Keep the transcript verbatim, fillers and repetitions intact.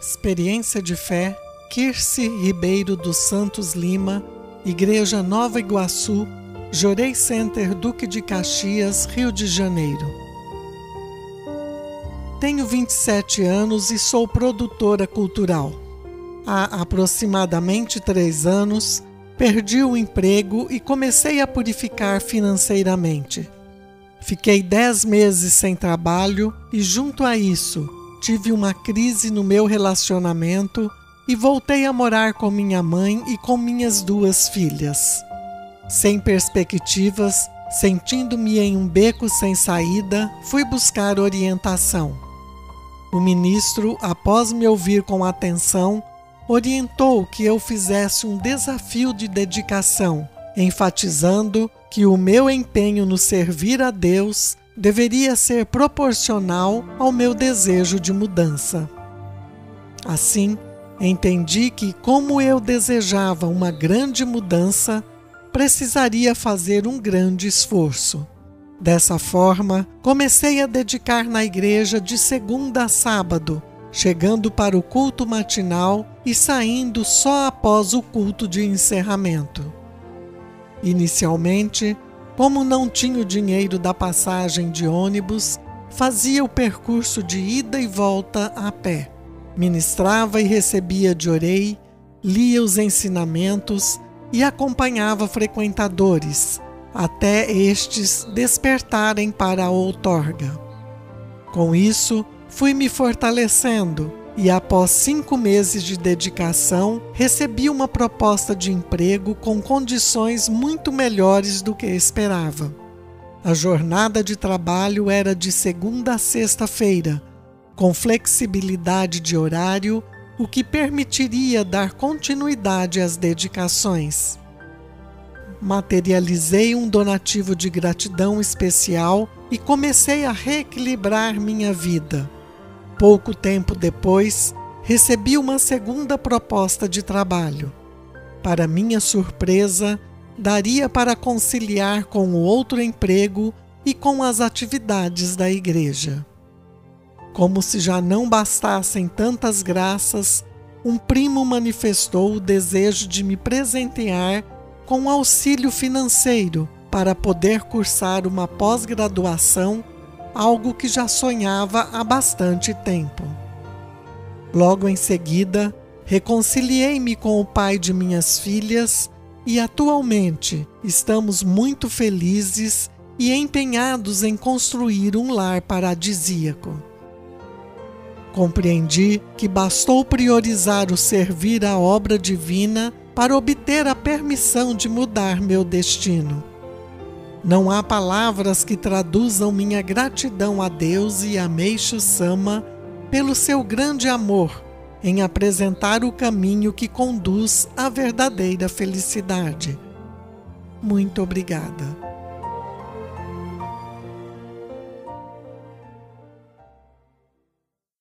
Experiência de Fé, Quirce Ribeiro dos Santos Lima, Igreja Nova Iguaçu, Jorei Center, Duque de Caxias, Rio de Janeiro. Tenho vinte e sete anos e sou produtora cultural. Há aproximadamente três anos, perdi o emprego e comecei a purificar financeiramente. Fiquei dez meses sem trabalho e, junto a isso, tive uma crise no meu relacionamento e voltei a morar com minha mãe e com minhas duas filhas. Sem perspectivas, sentindo-me em um beco sem saída, fui buscar orientação. O ministro, após me ouvir com atenção, orientou que eu fizesse um desafio de dedicação, enfatizando que o meu empenho no servir a Deus deveria ser proporcional ao meu desejo de mudança. Assim, entendi que, como eu desejava uma grande mudança, precisaria fazer um grande esforço. Dessa forma, comecei a dedicar na igreja de segunda a sábado, chegando para o culto matinal e saindo só após o culto de encerramento. Inicialmente, como não tinha o dinheiro da passagem de ônibus, fazia o percurso de ida e volta a pé. Ministrava e recebia de orei, lia os ensinamentos e acompanhava frequentadores, até estes despertarem para a outorga. Com isso, fui me fortalecendo e, após cinco meses de dedicação, recebi uma proposta de emprego com condições muito melhores do que esperava. A jornada de trabalho era de segunda a sexta-feira, com flexibilidade de horário, o que permitiria dar continuidade às dedicações. Materializei um donativo de gratidão especial e comecei a reequilibrar minha vida. Pouco tempo depois, recebi uma segunda proposta de trabalho. Para minha surpresa, daria para conciliar com o outro emprego e com as atividades da igreja. Como se já não bastassem tantas graças, um primo manifestou o desejo de me presentear com auxílio financeiro para poder cursar uma pós-graduação, algo que já sonhava há bastante tempo. Logo em seguida, reconciliei-me com o pai de minhas filhas e atualmente estamos muito felizes e empenhados em construir um lar paradisíaco. Compreendi que bastou priorizar o servir à obra divina para obter a permissão de mudar meu destino. Não há palavras que traduzam minha gratidão a Deus e a Meixo Sama pelo seu grande amor em apresentar o caminho que conduz à verdadeira felicidade. Muito obrigada.